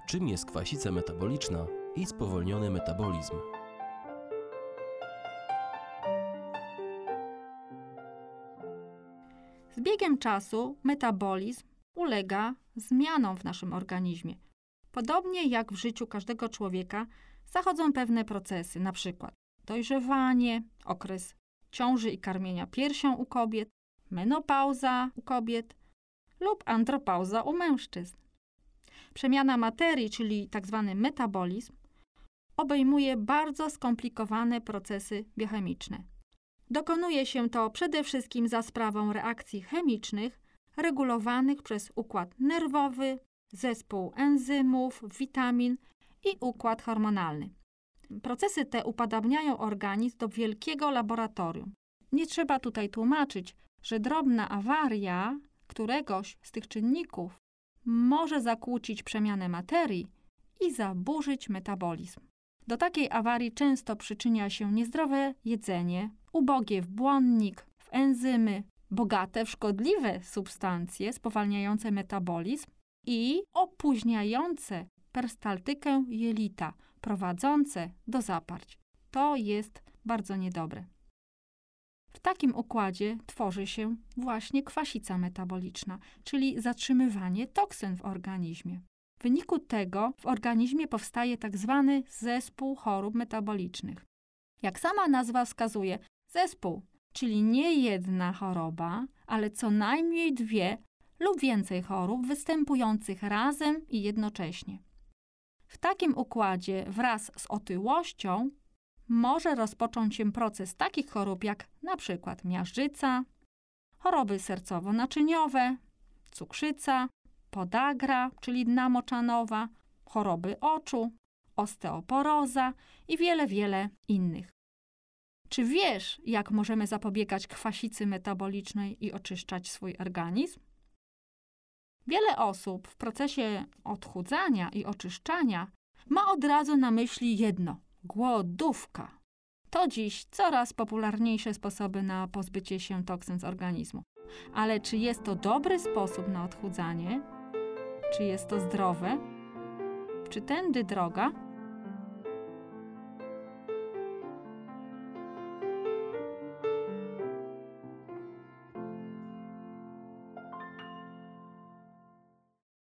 czym jest kwasica metaboliczna i spowolniony metabolizm. Z biegiem czasu metabolizm ulega zmianom w naszym organizmie. Podobnie jak w życiu każdego człowieka zachodzą pewne procesy, np. dojrzewanie, okres ciąży i karmienia piersią u kobiet, menopauza u kobiet lub andropauza u mężczyzn. Przemiana materii, czyli tzw. metabolizm, obejmuje bardzo skomplikowane procesy biochemiczne. Dokonuje się to przede wszystkim za sprawą reakcji chemicznych regulowanych przez układ nerwowy, zespół enzymów, witamin i układ hormonalny. Procesy te upodabniają organizm do wielkiego laboratorium. Nie trzeba tutaj tłumaczyć, że drobna awaria któregoś z tych czynników może zakłócić przemianę materii i zaburzyć metabolizm. Do takiej awarii często przyczynia się niezdrowe jedzenie, ubogie w błonnik, w enzymy, bogate w szkodliwe substancje spowalniające metabolizm i opóźniające perstaltykę jelita, prowadzące do zaparć. To jest bardzo niedobre. W takim układzie tworzy się właśnie kwasica metaboliczna, czyli zatrzymywanie toksyn w organizmie. W wyniku tego w organizmie powstaje tzw. zespół chorób metabolicznych. Jak sama nazwa wskazuje, zespół, czyli nie jedna choroba, ale co najmniej 2 lub więcej chorób występujących razem i jednocześnie. W takim układzie wraz z otyłością może rozpocząć się proces takich chorób jak np. miażdżyca, choroby sercowo-naczyniowe, cukrzyca, podagra, czyli dna moczanowa, choroby oczu, osteoporoza i wiele innych. Czy wiesz, jak możemy zapobiegać kwasicy metabolicznej i oczyszczać swój organizm? Wiele osób w procesie odchudzania i oczyszczania ma od razu na myśli jedno – głodówka. To dziś coraz popularniejsze sposoby na pozbycie się toksyn z organizmu. Ale czy jest to dobry sposób na odchudzanie? Czy jest to zdrowe? Czy tędy droga?